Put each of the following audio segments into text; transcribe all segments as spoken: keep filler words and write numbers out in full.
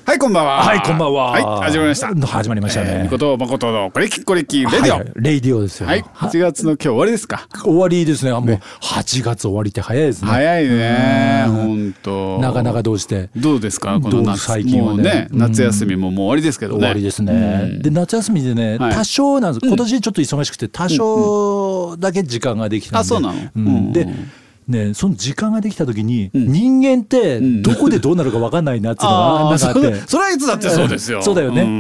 はい、こんばんは。 はい、こんばんは。 はい、始まりました。 始まりましたね。 みことまことのこれきこれきレディオ、 はいはい、レディオですよ。 はい、はちがつの今日終わりですか。 終わりですね。もうはちがつ終わりって早いですね。 早いね。本当。 なかなかどうしてどうですかこの夏。 最近はね、 もうね、夏休みももう終わりですけどね。 終わりですね。で夏休みでね、多少なんです。今年ちょっと忙しくて多少だけ時間ができたんで。 あ、そうなの。 で。ね、その時間ができた時に、うん、人間ってどこでどうなるか分かんないなっていうのがなんかあって、 うん、それはいつだってそうですよ。 そうだよね、うん、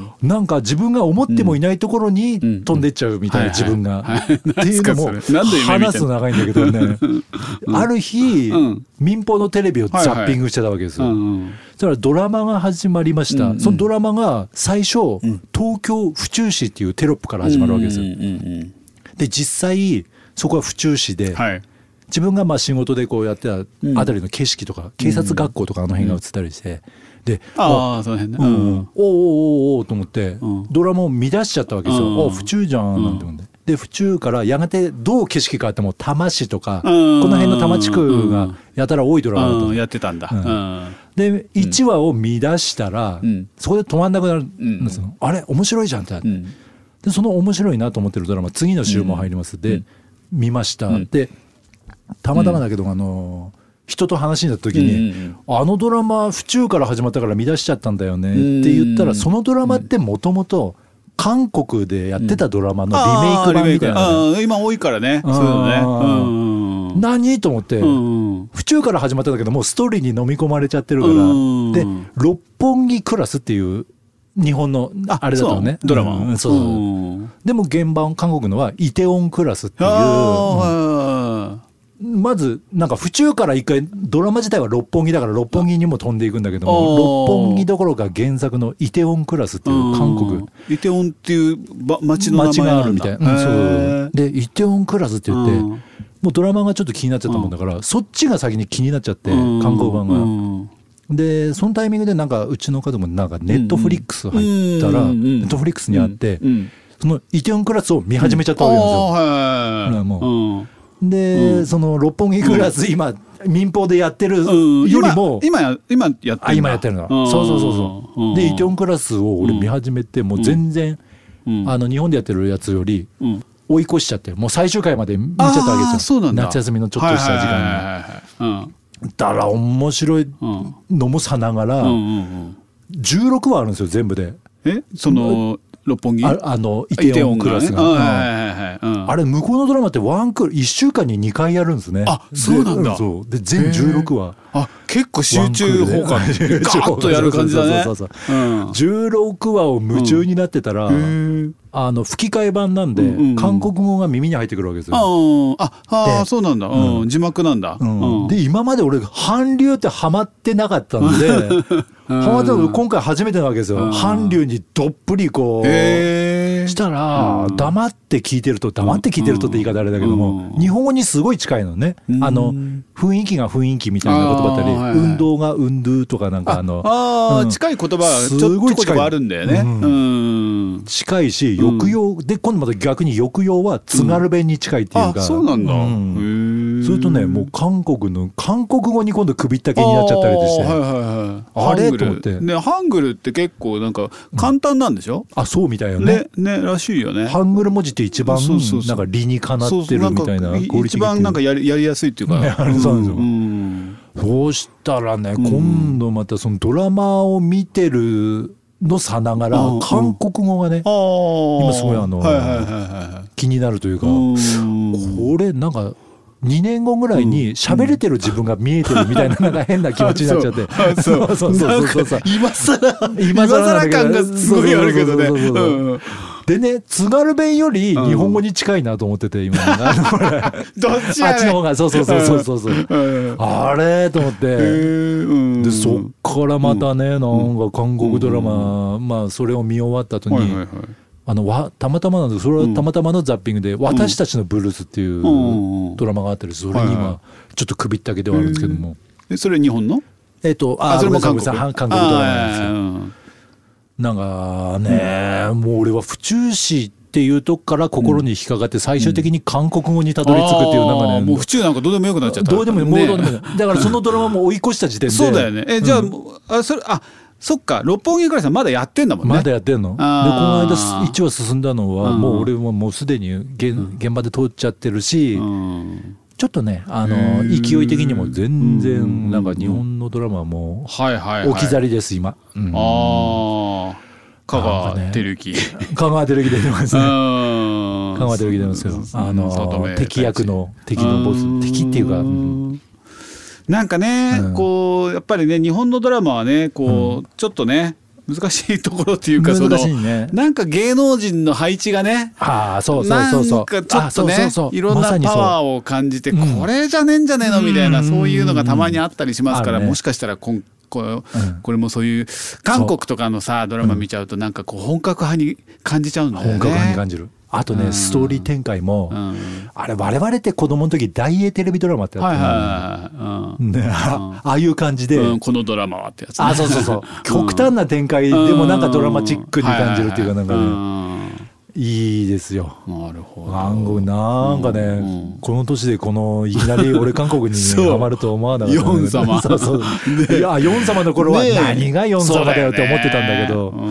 なんか自分が思ってもいないところに飛んでっちゃうみたいな自分が、っていうのも話すと長いんだけどねある日、うん、民放のテレビをザッピングしてたわけですよ。そしたらドラマが始まりました、うんうん、そのドラマが最初、うん、東京府中市っていうテロップから始まるわけですよ。で実際そこは府中市で、はい、自分がまあ仕事でこうやってたあたりの景色とか、うん、警察学校とかあの辺が映ったりして、うん、で、 ああその辺ね、うん、 おーおーおーおーと思って、うん、ドラマを見出しちゃったわけですよ。あ、府中じゃんなんて思って、うん、で府中からやがてどう景色変わっても多摩市とか、うん、この辺の多摩地区がやたら多いドラマだと、 うん、やってたんだ、うん、 でいちわを見出したら、うん、そこで止まんなくなるんですよ、うん、あれ面白いじゃんって、うん、でその面白いなと思ってるドラマ次の週も入ります、うん、で、うん、見ました、うん、でたまたまだけど、うん、あの人と話になった時に、うんうん、あのドラマ府中から始まったから見出しちゃったんだよねって言ったら、そのドラマってもともと韓国でやってたドラマのリメイク版みたいな、 ね、今多いからね。そうだね、うん、 何と思って、うん、府中から始まったんだけどもうストーリーに飲み込まれちゃってるから、うん、で六本木クラスっていう日本のあれだとねドラマ、うん、 そうそう、うん、でも原版韓国のはイテウォンクラスっていう、まずなんか府中から一回ドラマ自体は六本木だから六本木にも飛んでいくんだけども、六本木どころか原作のイテウォンクラスっていう韓国イテウォンっていう町の名前があるみたいな、うん、そうでイテウォンクラスって言って、うん、もうドラマがちょっと気になっちゃったもんだから、うん、そっちが先に気になっちゃって、うん、韓国版が、うん、でそのタイミングでなんかうちの方もなんかネットフリックス入ったら、うん、ネットフリックスにあって、うん、そのイテウォンクラスを見始めちゃったわけなんですよ、うん、もう、うんで、うん、その六本木クラス、うん、今民放でやってるよりも、 うん、今, 今, 今やってるんだ。 今やってるの、うん、そうそうそうそう、うん、でイテウォンクラスを俺見始めて、うん、もう全然、うん、あの日本でやってるやつより追い越しちゃってもう最終回まで見ちゃったわけですよ。 そうなんだ。 夏休みのちょっとした時間にだから面白いのもさながら、うん、じゅうろくわあるんですよ全部で。 えその六本木あ, あのイテウォンクラスが、ねうん、あれ向こうのドラマってワンクールいっしゅうかんににかいやるんですね。 あ、そうなんだ。 そうで全じゅうろくわ。あ、 結構集中砲火でガーッとやる感じだね。 じゅうろくわを夢中になってたら、うん、あの吹き替え版なんで、うんうん、韓国語が耳に入ってくるわけですよ。 ああ、そうなんだ、うん、字幕なんだ、うんうん、で今まで俺韓流ってハマってなかったんでハマってたの今回初めてなわけですよ。韓流にどっぷりこうしたら、黙って聞いてると黙って聞いてるとって言い方あれだけども、日本語にすごい近いのね。あの雰囲気が雰囲気みたいな言葉だったり、運動が運動とかなんかあのあ、うん、近い言葉がちょっとちょこあるんだよね、うんうん、近いし抑揚、うん、で今度また逆に抑揚は津軽弁に近いっていうか、うん、 あ、そうなんだ、うん、 それとねもう韓国の韓国語に今度首ったけになっちゃったりして、あ、はいはいはい、あれと思って、 ね、ハングルって結構なんか簡単なんでしょ、 うん、あ、そうみたいよね。 ね、ねらしいよね。 ハングル文字って一番なんか理にかなってるみたいな、 一番なんかやり、やりやすいっていうか、ね、 そうなんですよ、うん、そうしたらね、うん、今度またそのドラマを見てるのさながら、うん、韓国語がね、うん、今すごいあの、はいはいはいはい、気になるというか、うん、これなんかにねんごぐらいに喋れてる自分が見えてるみたいな、なんか変な気持ちになっちゃって、 そうそうそうそうそう、今更今更感がすごいあるけどね。 でね、津軽弁より日本語に近いなと思ってて今、うん、 どっちやね、 あっちの方がそうそうそうそうそう、うん、あれと思って、うん、でそっからまたね、なんか韓国ドラマ、うん、まあそれを見終わった後に、はいはいはい、あのわたまたまなんです、それはたまたまのザッピングで、うん、私たちのブルースっていうドラマがあったり、それに今ちょっと首ったけではあるんですけども、 えそれ日本のえっとああそれも韓国韓国ドラマなんですよ。なんかね、うん、もう俺は府中市っていうとこから心に引っかかって最終的に韓国語にたどり着くっていう、なんかね、 もう府中なんかどうでもよくなっちゃった。 どうでももうどうでもよく、だからそのドラマも追い越した時点でそうだよね。えじゃあ、うん、あそれあそっか六本木クラスはまだやってんだもんね。 まだやってんのでこの間いちわ進んだのは、うん、もう俺ももうすでに 現,、うん、現場で通っちゃってるし、うん、ちょっとねあの勢い的にも全然なんか日本のドラマはもう置き去りです今、うん、 ああ香川照之、ね、 香川照之出てますね香川照之出てますよあの敵役の敵のボス敵っていうか、うんなんかね、うん、こうやっぱりね日本のドラマはねこう、うん、ちょっとね難しいところっていうか難しい、ね、 そのなんか芸能人の配置がねあそうそうそうそうなんかちょっとねそうそうそういろんなパワーを感じて、ま、これじゃねえんじゃねえのみたいな、うん、そういうのがたまにあったりしますから、ね、もしかしたら今これ、うん、これもそういう韓国とかのさドラマ見ちゃうとなんかこう本格派に感じちゃうんだよね。 本格派に感じる。あとね、うん、ストーリー展開も、うん、あれ我々って子供の時大英テレビドラマってやってたああいう感じで、 うん、このドラマはってやつ、ね、 あそうそうそう極端な展開でもなんかドラマチックに感じるっていうかなんかね、うんいいですよ。 なるほど。 韓国なんかね、うんうん、この年でこのいきなり俺韓国にハマると思わなかった、 ね、ヨン様そうそう、ね、いやヨン様の頃は何がヨン様だよって思ってたんだけど、ねうん、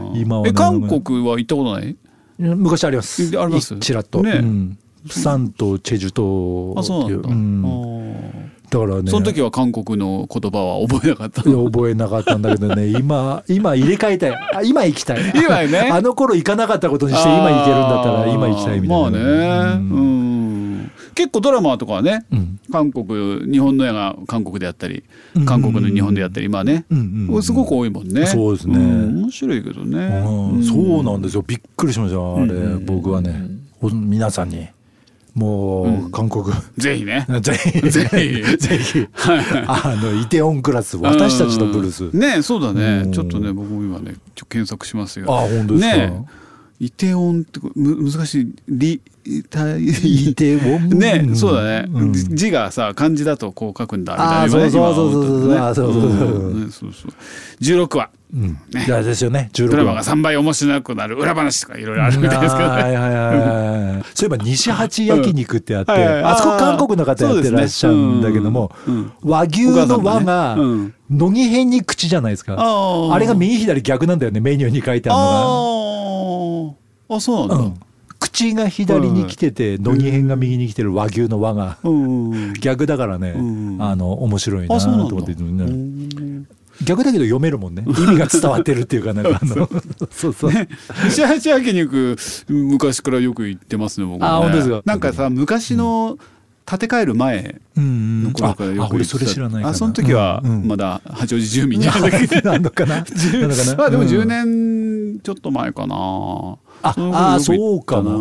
今は、ね、 え韓国は行ったことない？ 昔あります。 あります。 ちらっと、ねうん、プサンとチェジュ島っていう。あそうなんだ。うんだからね、 その時は韓国の言葉は覚えなかった。 覚えなかったんだけどね今今入れ替えたいあ今行きたい今ねあの頃行かなかったことにして今行けるんだったら今行きたいみたいな。 まあね、うんうん、結構ドラマとかはね、うん、韓国日本の映画韓国でやったり韓国の日本でやったり今ね、うんうん、すごく多いもんね。 そうですね、うん、 面白いけどね、 うん、そうなんですよ。びっくりしましたあれ、うん、僕はね、うん、皆さんにもう、うん、韓国ぜひねぜひぜひぜひあのイテウォンクラス私たちのブルースねそうだね、うん、ちょっとね僕も今ね検索しますよ。 あ本当ですか、 ね、イテウォンってむ難しいリイテウォンねそうだね、うん、字がさ漢字だとこう書くんだみたいな、ね、 そうそうそうそうそうそうそうじゅうろくわうんね、いやですよね。じゅうろくドラマがさんばい面白くなる裏話とかいろいろあるみたいですけどね。はいはいはい。そういえば西八焼肉ってあって、うんはいはい、あそこ韓国の方やってらっしゃるんだけども、ねうん、和牛の和が乃木編に口じゃないですか。あ, あれが右左逆なんだよねメニューに書いてあるのが。ああそうなんだ。うん口が左に来てて乃木編が右に来てる和牛の和が逆だからね、うん、あの面白いなと思ってね。逆だけど読めるもんね。意味が伝わってるっていうかなんかあのそうそう、ね、 西八焼肉昔からよく行ってますね僕ね。 あ本当ですか。 なんかさ昔の建て替える前の頃からよく行ってた、うんうん、あ, あ俺それ知らないかな。 あその時はまだ八王子住民じゃなくてなんのかなまあでもじゅうねんちょっと前かな。 ああそうかな、うん、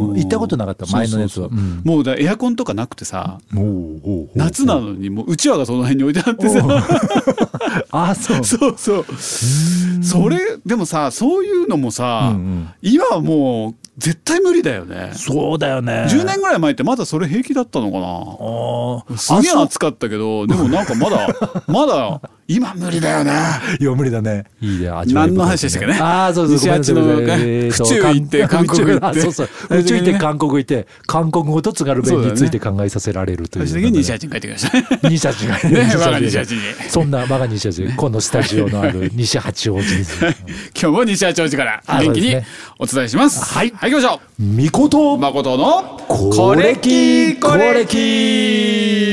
行ったことなかった前のやつは。 そうそうそう、うん、もうだエアコンとかなくてさ夏なのにもううちわがその辺に置いてあってさあそうそうそうそれでもさそういうのもさ、うんうん、今はもう絶対無理だよね。 そうだよね。 じゅうねんぐらい前ってまだそれ平気だったのかな。あすげえ暑かったけどでもなんかまだまだ今無理だよね。 いや無理だね。いいね。 何の話でしたっけね。 ああそうそう。 西八の府中行って韓国行って。 そうそう。府中行って韓国行って韓国語と津軽弁について考えさせられるという。 最終的に西八に帰ってきました。 西八に帰ってきました。我が西八に。そんな我が西八にこのスタジオのある西八王子です。 今日も西八王子から元気にお伝えします。 はい。 はい行きましょう。 みことまことのこれきこれき。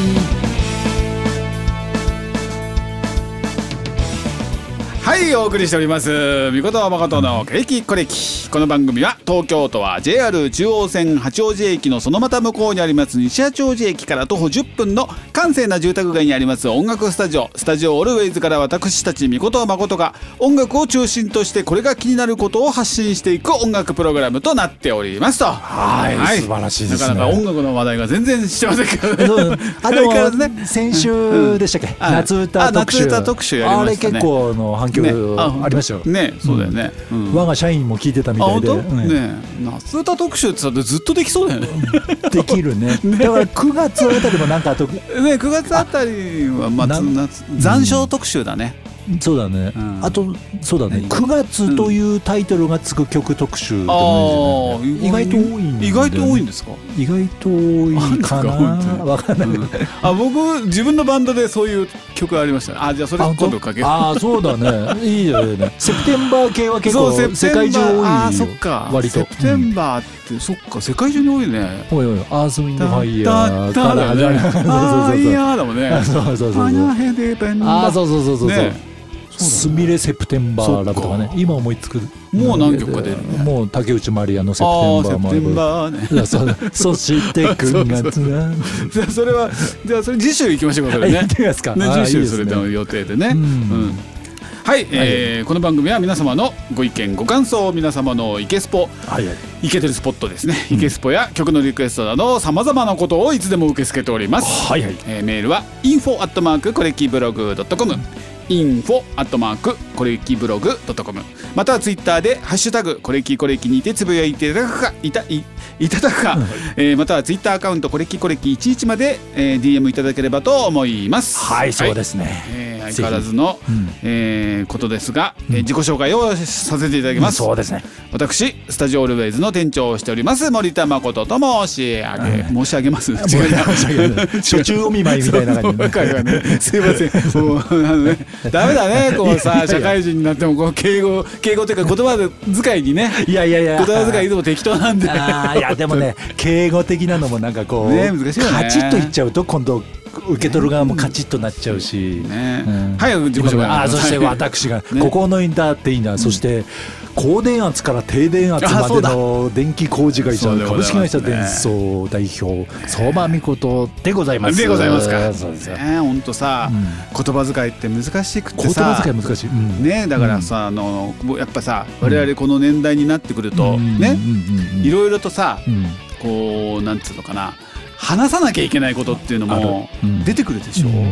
はいお送りしておりますみことまことのこれきこれき。この番組は東京都は ジェイアール 中央線八王子駅のそのまた向こうにあります西八王子駅から徒歩じゅっぷんの閑静な住宅街にあります音楽スタジオスタジオオルウェイズから私たちみことまことが音楽を中心としてこれが気になることを発信していく音楽プログラムとなっておりますと。 はい、はい、素晴らしいですね。 なかなか音楽の話題が全然してませんけどね。 あのね先週でしたっけ、うん、夏歌特集。 夏歌特集やりましたね。 あれ結構の反響ね、ありましたよね。そうだよね、うん、 我が社員も聞いてたみたいで、 ねね、夏歌特集ってさずっとできそうだよね。 できる ね, ねだからくがつあたりもなんかあと、 ね、くがつあたりは夏夏残暑特集だね。 そうだね、うん、あとそうだねくがつというタイトルがつく曲特集でもいいですよね、意外と多いんで、 意外と多いんですか？ 意外と多いかな、わかんない、うん、 あ僕自分のバンドでそういう曲ありましたね。あじゃあそれ今度かけよう。 ああそうだねいいよねセプテンバー系は結構世界中多いよ。 あそっか割とセプテンバーって、うん、そっか世界中に多いね。 おいおいアースウィンドファイヤーから始まる。 ああいやだもんね。 そうそうそうそう。あそうそうそうそうそう。すみれセプテンバーラブとかね、今思いつくもう何曲か出る、ね、 もう竹内まりやのセプテンバーもある。セプテンバーね。そしてくがつがじゃあそれはじゃあそれ次週行きましょうか。それね。 行ってみますか。 ね次週それの予定でね。うんうんはい、えー、この番組は皆様のご意見ご感想、皆様のイケスポ、はいはい、イケてるスポットですね、うん、イケスポや曲のリクエストなどさまざまなことをいつでも受け付けております、はいはいえー、メールは インフォ アットマーク コレキブログ ドットコム インフォ アットマーク コレキブログ ドットコム またはツイッターでハッシュタグコレキコレキにてつぶやいていただくかいたいいただくか、はいえー、またはツイッターアカウントコレキコレキいちいちまで、えー、ディーエム いただければと思います。 はい、はい、そうですね、 えー相変わらずの、うんえー、ことですが、うん、えー、自己紹介をさせていただきます、 うん、そうですね。 私スタジオオルウェイズの店長をしております森田誠と申し上げ、うん、申し上げます違う初中お見舞いみたいな感じで、 ね、すいませんもうあの、ね、ダメだねこうさ社会人になってもこう敬語敬語というか言葉遣いにねいやいやいや言葉遣いいつも適当なんであいやでもね敬語的なのもなんかこう、ね、難しいよね。カチッと言っちゃうと今度受け取る側もカチッとなっちゃうし、ねうん、 はい自己紹介。 あそして私が、ね、ここのインターテイナー、うん、そして高電圧から低電圧までの電気工事会社株式会社電装代表相馬美琴でございます。 でございますか。そうですね。本当さ、うん、言葉遣いって難しくてさ、 言葉遣い難しい、うん、 ねだからさ、うん、あのやっぱさ我々この年代になってくると、うん、ね、うん、いろいろとさ、うん、こうなんつうのかな話さなきゃいけないことっていうのも出てくるでしょ、うんうん、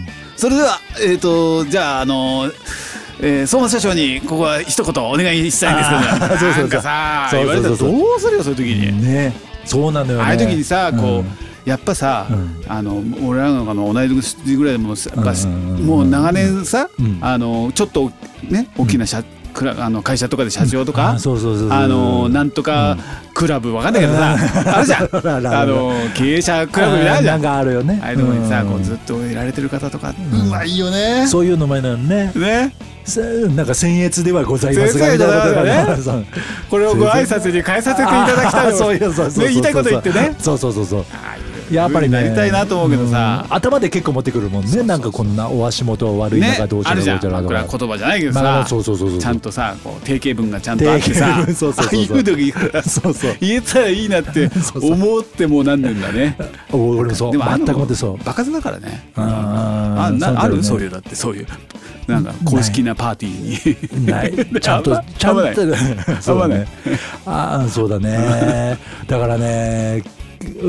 それでは、えー、とじゃあ、あのえー、相馬社長にここは一言お願いしたいんですけど、ね、なんかさ言われたらどうするよそういう時に、 ね、そうなのよね。 ああいう時にさこう、うんやっぱさ、うん、あの俺らの同い年ぐらいでもやっぱ、うん、もう長年さ、うん、あのちょっとね大きな社、うんあの会社とかで社長とか、あのなんとかクラブわかんないけどさ、あるじゃんあの経営者クラブみたいなじゃん。 なんかあるよね。 ああいうとこにさこうずっといられてる方とかうまいよね。 そういうのもいいのね。 ね。 なんか僭越ではございますがみたいなことがね。 これをご挨拶に変えさせていただきたい。そういうそうそう言いたいこと言ってね。 そうそうそうそう。 やっぱりなりたいなと思うけどさ、 頭で結構持ってくるもんね。なんかこんなお足元悪い中どうちゃらどうちゃらとか言葉じゃないけどさ、ちゃんとさこう定型文がちゃんとあってさ、ああいう時言えたらいいなって思っても何年だね。 俺もそう。でも全く思ってそう。 場数だからね。ああるそういうだってそういうなんか公式なパーティーにないちゃんとちゃんとそうだね。ああそうだね。だからね。うん、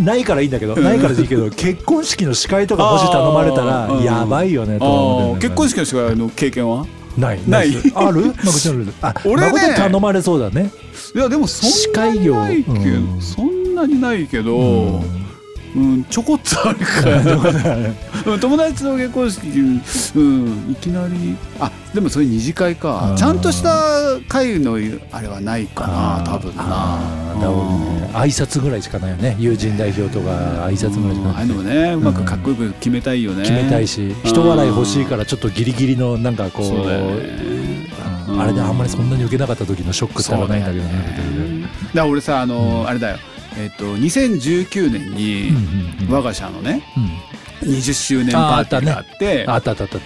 ないからいいんだけど、ないからいいけど結婚式の司会とかもし頼まれたらやばいよねと思う、ね、 結婚式の司会の経験はないないあるあ俺ね頼まれそうだね。 いやでもそんなにないけど、うん、そんなにないけど、うんうん、ちょこっとあるから友達の結婚式、うん、いきなりあでもそれ二次会かちゃんとした会のあれはないかな多分な。 あなるほどね。挨拶ぐらいしかないよね。友人代表とか挨拶ぐらいしかない。 ああいうのもねうまくかっこよく決めたいよね。 決めたいし人笑い欲しいからちょっとギリギリのなんかこうそうだよね、うん、あれであんまりそんなに受けなかった時のショックってはないんだけどね。 だから俺さあの、うん、あれだよえー、とにせんじゅうきゅうねんに我が社のね、うん、にじゅっしゅうねんパーティーがあってあったあったあったあった。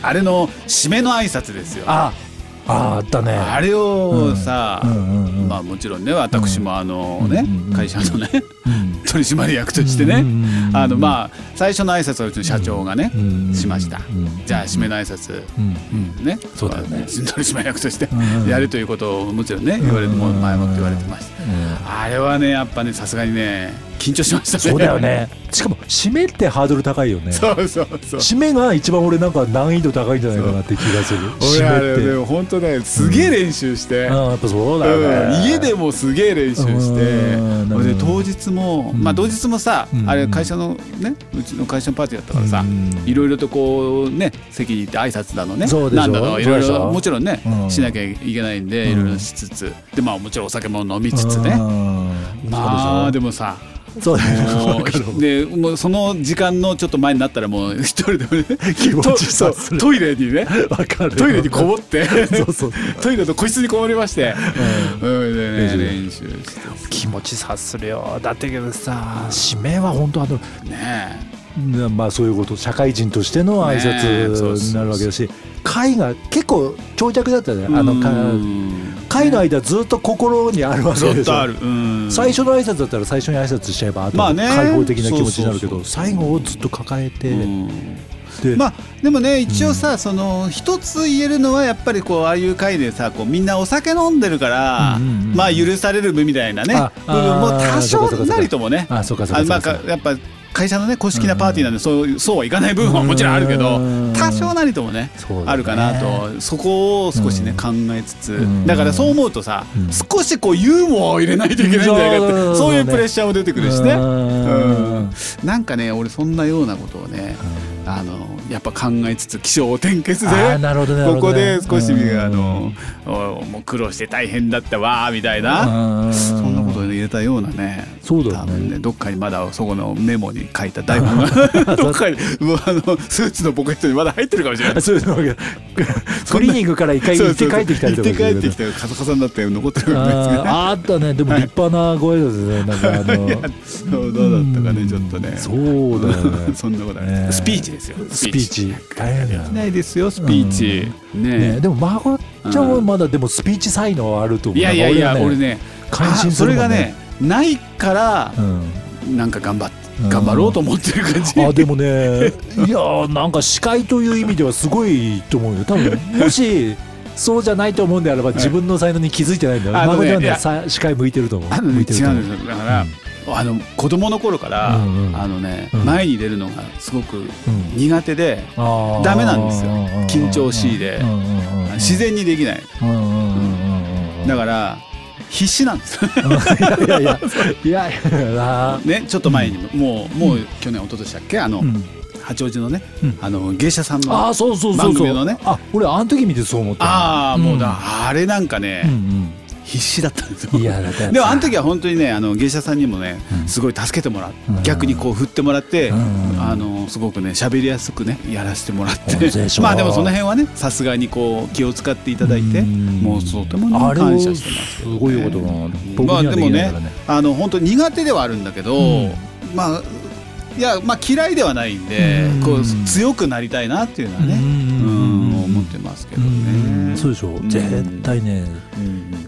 あれの締めの挨拶ですよ。 あああったね。 あれをさ、うんうんうん、まあもちろんね私もあのね、うんうん、会社のね、うん、取締役としてね、うんうん、あのまあ最初の挨拶はうちの社長がね、うんうん、しました、うんうん、じゃあ締めの挨拶、うんうん、ねそうだね取締役としてやるということをもちろんね言われても前もって言われてました、うんうん、あれはねやっぱねさすがにねき緊張しましたね。 そうだよね。しかも締めってハードル高いよね。 そうそうそう。 締めが一番俺なんか難易度高いんじゃないかなって気がする。 締めって。俺本当ねすげえ練習して、 うん、あやっぱそうだよね、 うん、家でもすげえ練習して、で当日も、うん、まあ当日もさ、うん、あれ会社のねうちの会社のパーティーだったからさ、うん、いろいろとこうね席に行って挨拶だのね、なんだのいろいろもちろんね、うん、しなきゃいけないんでいろいろしつつ、でまあもちろんお酒も飲みつつね、まあでもさ。 そうでもうその時間のちょっと前になったらもう一人でもね気持ちさすトイレにねトイレにこもってそうそうトイレと個室にこもりまして、うんうんでね、練習して気持ち察するよ。だってけどさ締めは本当あのねえまあそういうこと社会人としての挨拶になるわけだし、会が結構長尺だったね。あの会の間ずっと心にあるわけでしょ。最初の挨拶だったら最初に挨拶しちゃえばあと開放的な気持ちになるけど、最後をずっと抱えて、 でまあでもね一応さ、うん、その一つ言えるのはやっぱりこうああいう会でさこうみんなお酒飲んでるから、うんうんうん、まあ許されるみたいなね部分も多少なりともね、あそうかそうかそうかそうか、まあやっぱ会社のね公式なパーティーなんでそう、そうはいかない部分はもちろんあるけど多少なりともねあるかなと、そこを少しね考えつつ、だからそう思うとさ少しこうユーモアを入れないといけないんじゃないかって、そういうプレッシャーも出てくるしね、うんなんかね俺そんなようなことをねあのやっぱ考えつつ起承転結でここで少しあのもう苦労して大変だったわみたいなそんなことを入れたようなね、 そうだね、 ねどっかにまだそこのメモに書いた台本がどっかにもうあのスーツのポケットにまだ入ってるかもしれない。そういうのクリーニングから一回行って帰ってきたりとか、 行って帰ってきたカサカサになって残ってるんですね。 あったね。でも立派なご挨拶ね。なんかあのそうどうだったかねちょっとね。 そうだよね。 そんなことない。スピーチですよ。 スピーチ大変だ。 ないですよスピーチ。ねでもまこちゃんはまだでもスピーチ才能あると思う。 いやいやいや俺ね感心するもんね。それがねないからなんか頑張って。頑張ろうと思ってる感じ、うん、あでもねいやなんか司会という意味ではすごいと思うよ。多分もしそうじゃないと思うんであれば自分の才能に気づいてないんだよ。まこちゃんね司会向いてると思う。 あの、ね、違うんですよ。だから、うん、あの子供の頃から、うんうん、あのね、うん、前に出るのがすごく苦手で、うん、ダメなんですよ。緊張しいで、うんうんうん、自然にできない、うんうんうんうん、だから必死なんですいやいやいやいやねちょっと前にも、うん、もうもう去年一昨年だっけあの、うん、八王子のね、うん、あの芸者さんの番組のね、 あ俺あの時見てそう思った。 ああもうだ、うん、あれなんかね、うんうん必死だったんですよ。いやだでもあの時は本当にねあの芸者さんにもね、うん、すごい助けてもらって、うん、逆にこう振ってもらって、うん、あのすごくね喋りやすくねやらせてもらってまあでもその辺はねさすがにこう気を使っていただいて、うん、もうとても、ね、感謝してますけど、ね、 すごいことな僕にはできないからね。まあでもねあの本当苦手ではあるんだけど、うん、まあいやまあ嫌いではないんで、うん、こう強くなりたいなっていうのはね、うん、思ってますけどね。 そうでしょ、うん、絶対ね、うん、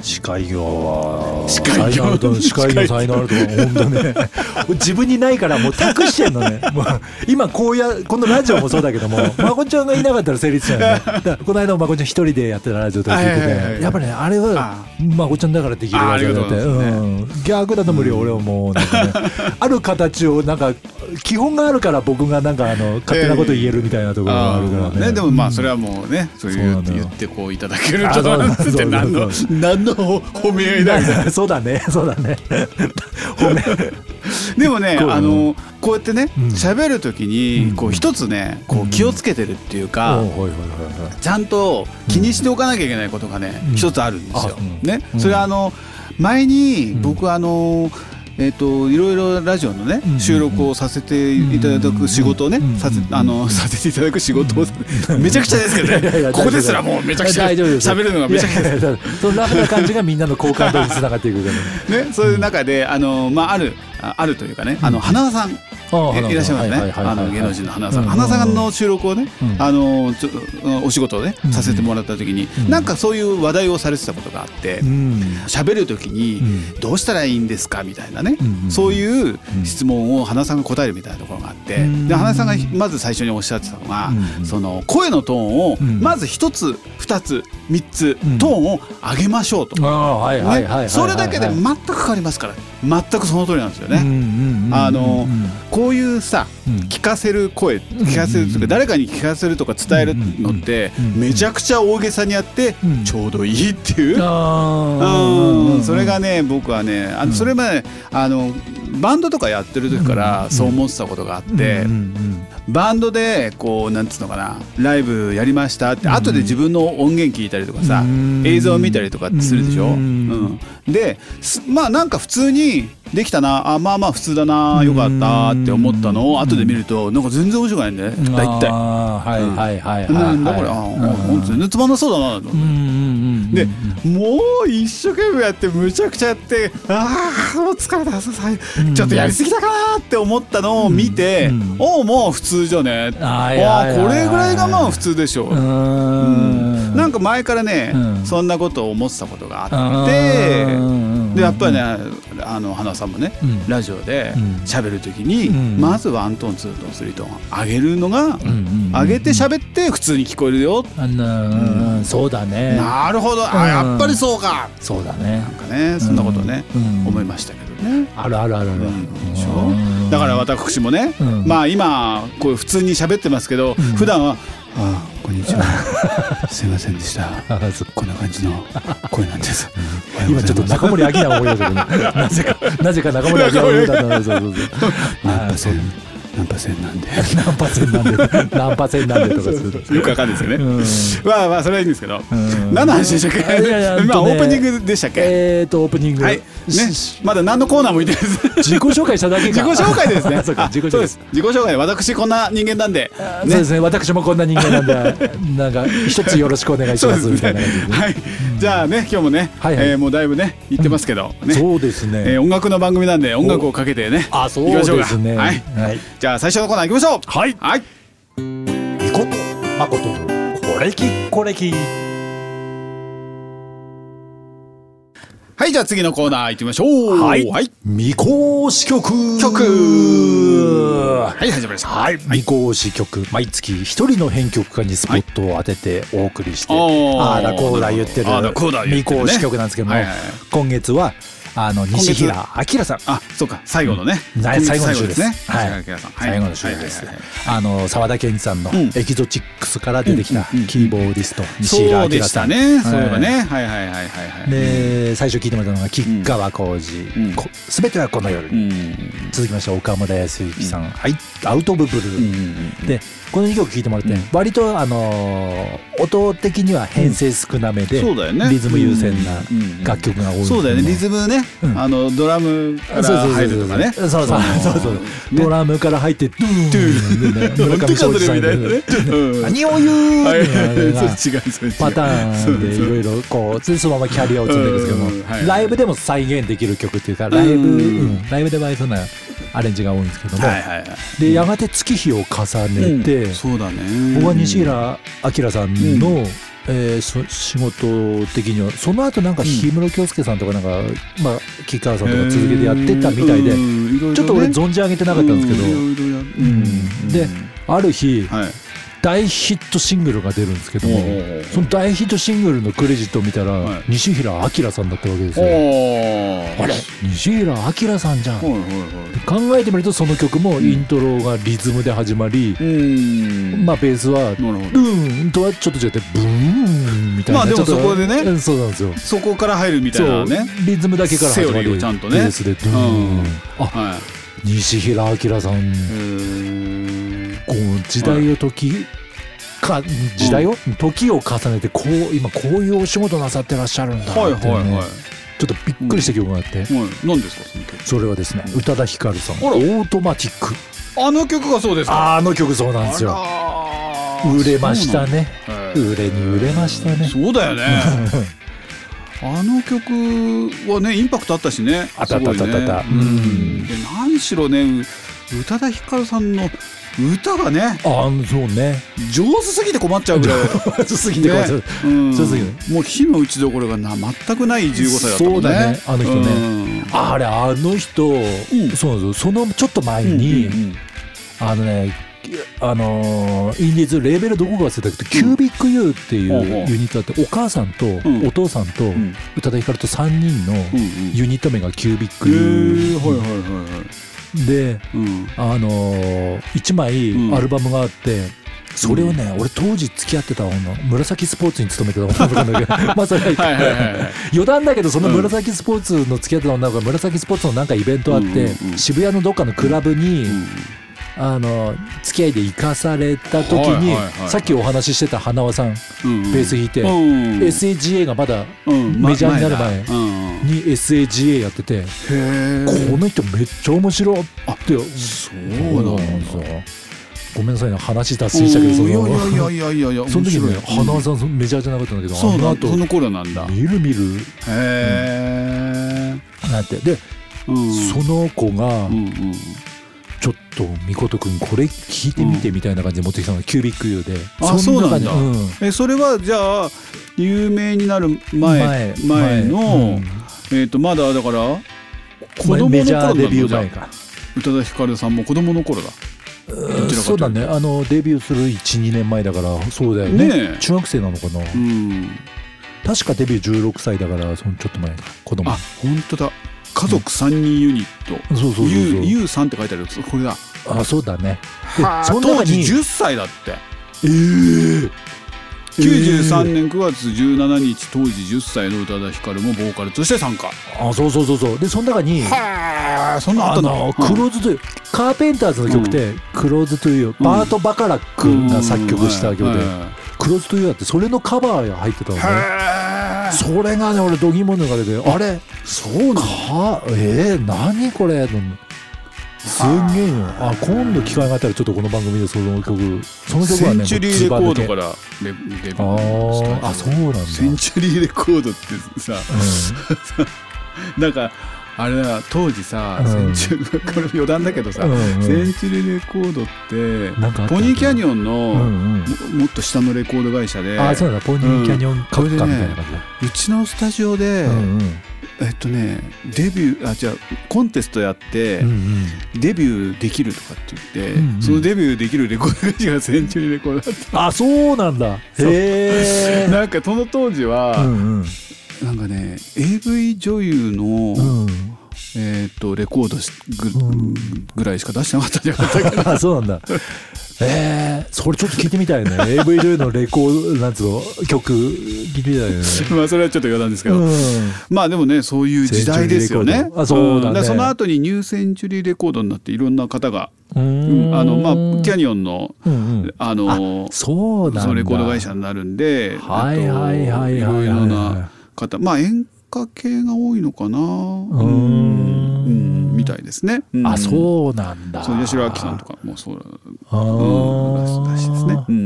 司会業は司会業司会業才能あると思う本当ね自分にないからもう託してんのねもう今こうやこのラジオもそうだけどもまこちゃんがいなかったら成立しないよね。だこの間もまこちゃん一人でやってたラジオとか聞いてて、はいはいはいはい、やっぱりねあれはまこちゃんだからできるラジオだって、ねうん、逆だと無理、うん、俺はもうなんかねある形をなんか基本があるから僕がなんかあの勝手なこと言えるみたいなところがあるからね、えーねでもまあそれはもうねそういう言ってこういただけるとって何の何の褒め合いだみたいなそうだねそうだね褒めでもねあのこうやってね喋、うん、る時にこう一つねこう気をつけてるっていうか、うん、ちゃんと気にしておかなきゃいけないことがね一、うん、つあるんですよ、うんねうん、それはあの前に僕はあのえー、といろいろラジオのね収録をさせていただく仕事をねさせあのさせていただく仕事をめちゃくちゃですけどねここですらもうめちゃくちゃ喋るのがめちゃくちゃですそのラフな感じがみんなの好感度につながっていくからねねそういう中であの、まあ、あるあるというかねあの花輪さんいらっしゃいますね。あの芸能人の花さん、花さんの収録をね、あのちょお仕事をねさせてもらった時に、なんかそういう話題をされてたことがあって、喋る時にどうしたらいいんですかみたいなね、そういう質問を花さんが答えるみたいなところがあって、で花さんがまず最初におっしゃってたのが、その声のトーンをまず一つ二つ三つトーンを上げましょうと。それだけで全く変わりますから。全くその通りなんですよね。あのこういうさ、聞かせる声聞かせるとか誰かに聞かせるとか伝えるのってめちゃくちゃ大げさにやってちょうどいいっていう、うん、それがね僕はねあのそれまであのバンドとかやってる時からそう思ってたことがあって、バンドでこうなんつうのかなライブやりましたって後で自分の音源聞いたりとかさ映像を見たりとかするでしょ。うん、でまあなんか普通にできたなあまあまあ普通だなよかったって思ったのを後で見るとなんか全然面白くないんだよね大体。はいはいはいはい。だから本当につまんなそうだなと思って。でもう一生懸命やってむちゃくちゃやってああもう疲れたちょっとやりすぎたかなって思ったのを見て、おおもう普通じゃねああこれぐらいがまあ普通でしょう。なんか前からねそんなことを思ってたことがあってでやっぱりねあの花さんもねラジオで喋るときにまずワントーンツートーンスリートーン上げるのが上げて喋って普通に聞こえるよ。 そうだね。 なるほどあやっぱりそうか。 そうだね。 なんかねそんなことね思いましたけどね。 あるあるあるある。 だから私もねまあ今こう普通に喋ってますけど普段はああこんにちはすいませんでしたこんな感じの声なんです。 今ちょっと中森明菜を思い出したけどなぜかなぜか中森明菜を思い出した。そうそうそう。 ナンパ線なんでナンパ線なんでナンパ線なんでとかするよくわかんないですよね。まあまあそれはいいんですけど何の話でしたっけ。まあオープニングでしたっけ。 えっとオープニングはいねまだ何のコーナーもいてないです。 自己紹介しただけか。 自己紹介ですね。 自己紹介です。 自己紹介私こんな人間なんでそうですね私もこんな人間なんでなんか一つよろしくお願いしますみたいな感じで。はいじゃあね今日もねもうだいぶね言ってますけどそうですね音楽の番組なんで音楽をかけてねあそうですね。はいじゃあ最初のコーナー行きましょう。 はいはいみことまことのこれきこれき。 はいじゃあ次のコーナー行ってみましょう。 はい未公式曲曲はい始まりました。 はい未公式曲毎月一人の編曲家にスポットを当ててお送りしてああだこうだ言ってる未公式曲なんですけども今月はあの西平明さん。 あそうか最後のね最後の週ですね。 最後の週です。あの沢田研二さんのエキゾチックスから出てきたキーボーディスト西平明さん。 そうでしたね。そういえばねはいはいはいはいで最初聞いてもらったのが吉川晃司すべてはこの夜。続きまして岡村康之さんアウトオブブルーでこのにきょく聴いてもらって割とあの音的には編成少なめでリズム優先な楽曲が多い。 そうだよねリズムねあのドラムから入るとかね。 そうそうそうドラムから入ってドゥーン村上庄司さんで何を言うパターンでいろいろこうそのままキャリアを積んでるんですけどもライブでも再現できる曲っていうかライブライブで割となアレンジが多いんですけどもでやがて月日を重ねてそうだね僕は西平明さんのえー、そ仕事的にはその後なんか氷室京介さんとかなんか、まあ、吉川さんとか続けてやってたみたいで、えー、ちょっと俺存じ上げてなかったんですけど、うんである日、はい、大ヒットシングルが出るんですけどもその大ヒットシングルのクレジットを見たら、はい、西平明さんだったわけですよ。あれ西平明さんじゃん、はいはいはい、考えてみるとその曲もイントロがリズムで始まり、うん、まあベースはうんとはちょっと違ってブーンみたいな。 まあでもそこでねそうなんですよそこから入るみたいなねリズムだけから始まるちゃんとねベースでドゥーン、うん、あ、はい、西平明さんこう時代を時か時代を、うん、時を重ねてこう今こういうお仕事なさってらっしゃるんだって、ねはいはいはい、ちょっとびっくりした曲があって、うんはい、 何ですかその曲。 それはですね宇多田ヒカルさんオートマティック。 あの曲がそうですか。 あの曲そうなんですよ。売れましたね。売れに売れましたね。 そうだよねあの曲はねインパクトあったしね。 あったあったあったあった、 うん、で何しろね宇多田ヒカルさんの歌がね、 あそうね、 上手すぎて困っちゃうぐらい上手すぎて困っちゃう、ね、うん、上手すぎてもう火の打ちどころがな全くないじゅうごさいだったもんね。 そうだね、あの人ね、うん、あれあの人、うん、そうなんですよ。そのちょっと前に、うんうんうん、あのねあのー、インディーズレーベルどこか忘れたけど、うん、キュービック ユー っていうユニットあって、お母さんとお父さんと宇多田ヒカルとさんにんのユニット名がキュービック ユー で、うん、あのー、いちまいアルバムがあって、うん、それをね、俺当時付き合ってた女、紫スポーツに勤めてた女なんだけどまあそれは余談だけど、その紫スポーツの付き合ってた女の子が紫スポーツのなんかイベントあって、うんうん、渋谷のどっかのクラブに、うん、あの付き合いで行かされた時に、はいはいはい、さっきお話ししてた花輪さん、うんうん、ベース弾いて、うんうん、エスエージーエー がまだメジャーになる前に エスエージーエー やってて、この人めっちゃ面白いって。そうなんですよ。ごめんなさいね、話脱線したけど、そのいやいやいやいやいやその時ね、花輪さんメジャーじゃなかったんだけど、 そうなんだ、その頃なんだ。 みるみるへーなんてで、うん、その子が、うんうんちょっとみことくんこれ聞いてみてみたいな感じで持ってきたのがキュービック ユー で、 うん、あそうなんだ、うん、えそれはじゃあ有名になる前前, 前の、うん、えー、とまだだから子供の頃メジャーデビュー前か。 宇多田ヒカルさんも子供の頃だ。 うそうだね、あのデビューする いち,に 年前だから、そうだよ ね, ね中学生なのかな、うん、確かデビューじゅうろくさいだから、そのちょっと前か子供。 あ本当だ、家族さんにんユニット、うん、そうそうそうそう ユーさん って書いてある、これだ。 あそうだね。 その当時じゅっさいだって。えー、きゅうじゅうさんねんくがつじゅうしちにち、当時じゅっさいの宇多田ヒカルもボーカルとして参加。 あそうそうそうそう。でその中にはそんなあったの、 クローズトゥーカーペンターズの曲で、うん、クローズトゥーユー、バート・バカラックが作曲した曲で、クローズトゥーユーってそれのカバーが入ってたのね。それがね、俺ドギモンの中で、あれそうなの、えー、何これ、すんげえよ。あ今度機会があったらちょっとこの番組でその曲、その曲はね、 センチュリーレコードからデビューした。 ああそうなんだ。 センチュリーレコードってさ、うん、なんかあれだ当時さ、うん、センチュこれ余談だけどさ、うんうん、センチュリーレコードってポニーキャニオンの、うんうん、も, もっと下のレコード会社で、 あそうだポニーキャニオンカッカみたいな感じで、 ね、うちのスタジオで、うんうんえっとねデビューあじゃあコンテストやって、うんうん、デビューできるとかって言って、うんうん、そのデビューできるレコード会社がセンチュリーレコードだった。 あそうなんだ。へえ。 なんかその当時は、うんうん、なんかね エーブイ 女優の、うんえー、とレコード ぐ,、うん、ぐらいしか出してなかったんじゃなかったっけあそうなんだ。えー、それちょっと聞いてみたいね。エーブイ 女優のレコードなんつうの曲聞いてみたいね。 まあそれはちょっと余談ですけど、うん、まあでもねそういう時代ですよね。 あそうだね。 うん、その後にニューセンチュリーレコードになっていろんな方がうん、あのまあキャニオンの、うんうん、あのあそうなんだ、 そのレコード会社になるんで、 はいはいはいはい、はい、 いろいろな方、まあ演歌系が多いのかな、うんうん、みたいですね。 うん、あそうなんだ。 そう八代亜紀さんとかもそうだ、うん、らしいですね。うん、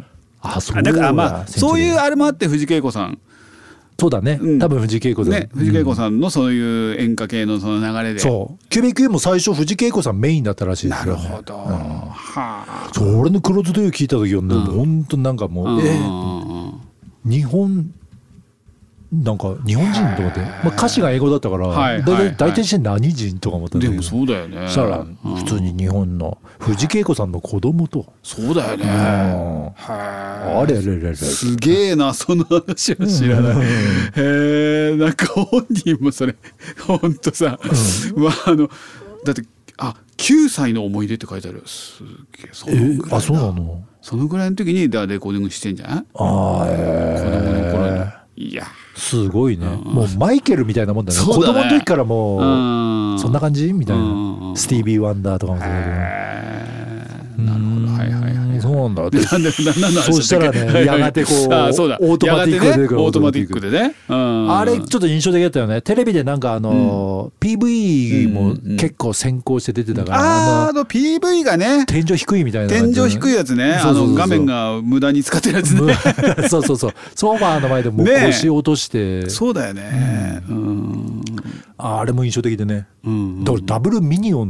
あそうだ。 だからまあそういうあれもあって藤圭子さん。 そうだね、うん、多分藤圭子さん、 ね、藤圭子さんのそういう演歌系のその流れで、 そうキュービック ユー も最初藤圭子さんメインだったらしいですよ、ね、 なるほど、うん、はあそう俺のクローズドゥー聞いた時はね、うん、本当なんかもう、うん、えー、日本なんか日本人と思って、まあ、歌詞が英語だったから、はいはいはい、大体して何人とか思ったんだけど、 でもそうだよね。 そしたら普通に日本の藤圭子さんの子供と、 そうだよね、うん、 あれあれあれすげえなその話は知らない、うん、へえなんか本人もそれほんとさ、うん、まああのだってあきゅうさいの思い出って書いてある。すげえそのぐらいだ。 あそうなの。 そのぐらいの時にだレコーディングしてんじゃん。 あへ子供の頃に。いやすごいね、うん、もうマイケルみたいなもんだね。子供の時からもう、うん、そんな感じみたいな、うん、スティービー・ワンダーとかもそうだけど、 なるほどはいはいはいそうなんだ。 でなんでなんそうしたらねやがてこうあそうだオートマティックで出てくる、 オートマティックでね、 うん、あれちょっと印象的だったよね。テレビでなんかあの、うん、ピーブイ も結構先行して出てたから、うんうん、 あ, あの ピーブイ がね天井低いみたいな、 天井低いやつね。あの画面が無駄に使ってるやつねそうそうそうソファーの前でもう腰落として、 ね、そうだよね、うん、 あ, あれも印象的でね、うんうん、だからダブルミニオン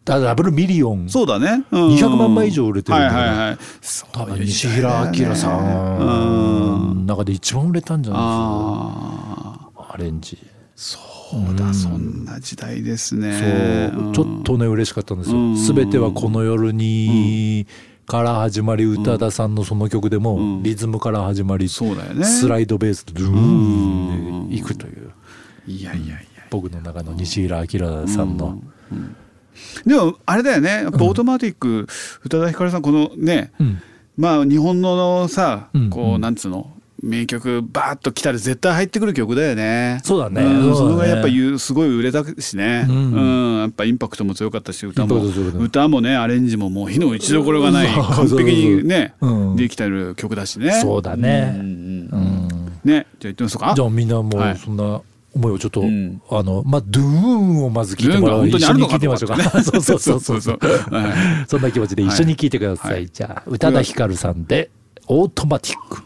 ダブルミリオンそうだね、うん、 にひゃくまんまい以上売れてるんだから、 はいはいはい、 多分西平明さんの中で一番売れたんじゃないですか、アレンジ。 そうだ、うん、そんな時代ですね。 そう、うん、ちょっとね嬉しかったんですよ。すべてはこの夜に、うん、から始まり、宇多田さんのその曲でも、うん、リズムから始まり、そうだよね、スライドベースでドゥーンでいくという、いやいやいや、僕の中の西平明さんの、 うんうん、でもあれだよね、やっぱオートマティック、うん、宇多田ヒカルさん、このね、うん、まあ日本のさ、こうなんつうの、名曲バーッと来たら絶対入ってくる曲だよね。 そうだね、 うん、そのがやっぱりすごい売れたしね、うんうん、やっぱインパクトも強かったし、歌も歌もね、アレンジももう火の打ちどころがない、完璧にね、うん、できてる曲だしね。 そうだね、うんうんうんね、じゃあ言ってみますか。 じゃあみんなもうそんな思いをちょっと、はい、あのまあドゥーンをまず聞いてもらう、一緒に聞いてみましょうか。そうそうそうそうそう、はい、そんな気持ちで一緒に聞いてください、はい、じゃあ宇多田ヒカルさんでオートマティック。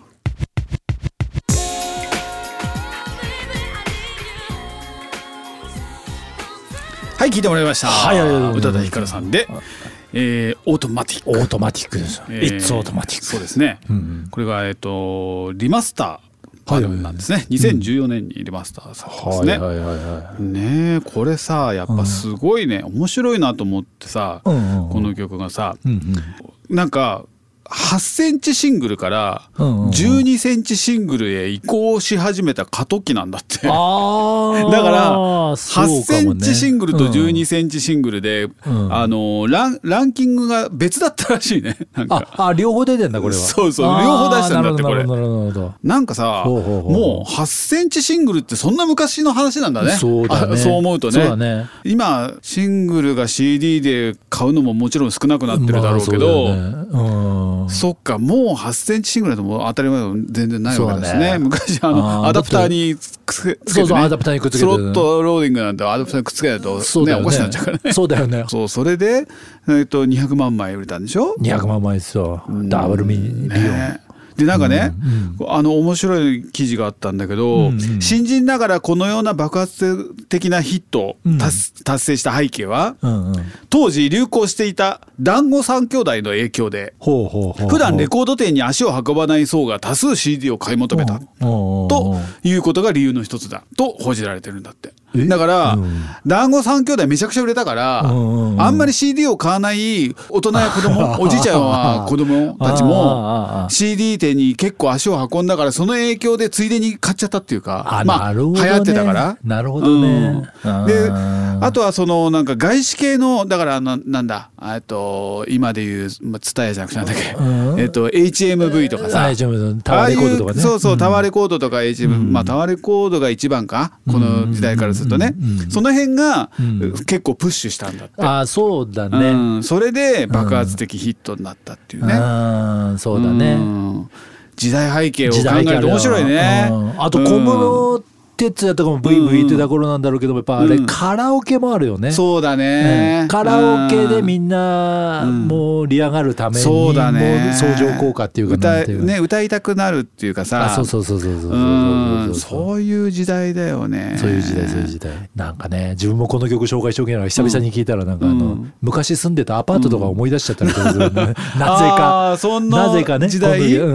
はい、聞いてもらいました。 はい、 宇多田ヒカルさんで、えー、オートマティック。 オートマティックです。えー、It's automatic。 そうですね。うんうん、これがえっ、ー、とリマスターバージョンなんですね。はいはいはい、にせんじゅうよねんにリマスターされてますね。はいはいはいはい、ねえ、これさ、やっぱすごいね、うん、面白いなと思ってさ、うんうん、この曲がさ、うんうん、なんかはちセンチシングルからじゅうにセンチシングルへ移行し始めた過渡期なんだって。あだからはちセンチシングルとじゅうにセンチシングルで、うん、あの ラン, ランキングが別だったらしいね。なんかあ, あ両方出てんだこれは。 そうそう、両方出したんだってこれ。なんかさ、ほうほうほう、もうはちセンチシングルってそんな昔の話なんだね。 そうだね、 そう思うと ね, そうだね。 今シングルが シーディー で買うのももちろん少なくなってるだろうけど、まあそうだよね、うん、そっか、もうはちセンチシングルでも当たり前は全然ないわけですね。ね、昔あのアダプターにつけて、ね、 そうそうアダプターにくっつけて、 スロットローディングなんてアダプターにくっつけないと、ね、おかしくなっちゃうからね。 そうだよね。 そう、それで、えー、とにひゃくまんまい売れたんでしょ。 にひゃくまんまいですよ、ダブルミリオン、ね。 でなんかね、うんうん、あの面白い記事があったんだけど、うんうん、新人ながらこのような爆発的なヒットを達、うん、達成した背景は、うんうん、当時流行していた団子三兄弟の影響で、ほうほうほうほう、普段レコード店に足を運ばない層が多数 シーディー を買い求めたということが理由の一つだと報じられてるんだって。だから、うん、団子三兄弟めちゃくちゃ売れたから、うんうん、あんまり シーディー を買わない大人や子供おじいちゃんは子供たちも シーディー 店に結構足を運んだから、その影響でついでに買っちゃったっていうか、あ、まあ、ね、流行ってたから。 なるほどね、 うん、であとはそのなんか外資系の、だからな、なんだ、えっと今でいうツタヤじゃなくてなんだっけ、うん、えっと エイチエムブイ とかさ、 タワーレコードとかね、 そうそう、タワーレコードとか エイチエムブイ、うん、まあタワーレコードが一番か、この時代からするとね、うんうん、その辺が結構プッシュしたんだって。 あ、そうだね、うん、 それで爆発的ヒットになったっていうね、 うん、そうだね、うん、 時代背景を考えると面白いね。 あと小室哲也とかもブイブイ言ってた頃なんだろうけど、やっぱあれ、うん、カラオケもあるよね。 そうだね、 うん、カラオケでみんな盛り上がるために、そうだね、相乗効果っていうか、 歌い、ね、歌いたくなるっていうかさ、 あ、そうそうそうそうそうそうそうそう、そういう時代だよね。 そういう時代、そういう時代。なんかね、自分もこの曲紹介しておきながら久々に聞いたら、なんかあの、うん、昔住んでたアパートとか思い出しちゃったりとかする、ね、うん、なぜか、 あ、そんななぜかね、 時代、うん、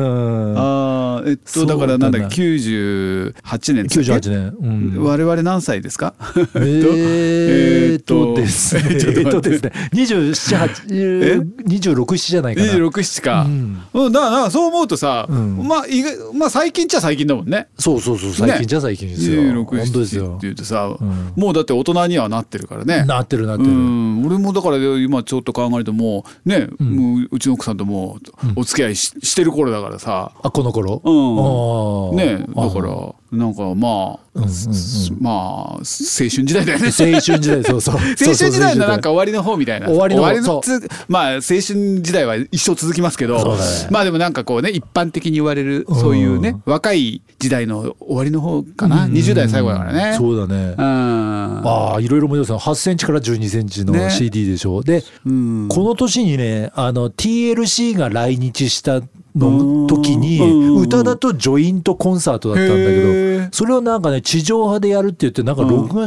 あ、えっとだからなんだっけ、きゅうじゅうはちねん、 きゅうじゅうはちねん、うん、 我々何歳ですか？ えーっとですね、えーっとですね、にじゅうなな、はち、にじゅうろく、ななじゃないかな。 にじゅうろく、ななか。うん、だからそう思うとさ、うん、まあ意外、まあ最近っちゃ最近だもんね。 そうそうそう、最近っちゃ最近ですよ。 にじゅうろく、ななって言うとさ、うん、もうだって大人にはなってるからね。 なってるなってる。うん、 俺もだから今ちょっと考えるともうね、うん、もううちの奥さんともお付き合い し,、うん、してる頃だからさ。 あ、この頃。 うん。ね、だからなんかまあ。うんうんうん、まあ青春時代だよね。 青春時代、そうそう。青春時代のなんか終わりの方みたいな。 終わりの方。 まあ青春時代は一生続きますけど、ね、まあでもなんかこうね、一般的に言われるそういうね、うん、若い時代の終わりの方かな。うん、にじゅう代最後だからね。 そうだね。うん、ああ、いろいろ思い出すの。はちセンチからじゅうにセンチの シーディー でしょ。ね、で、うん、この年にね、あの ティーエルシー が来日したの時に宇多田とジョイントコンサートだったんだけど、それをなんかね地上波でやるって言ってなんか録画した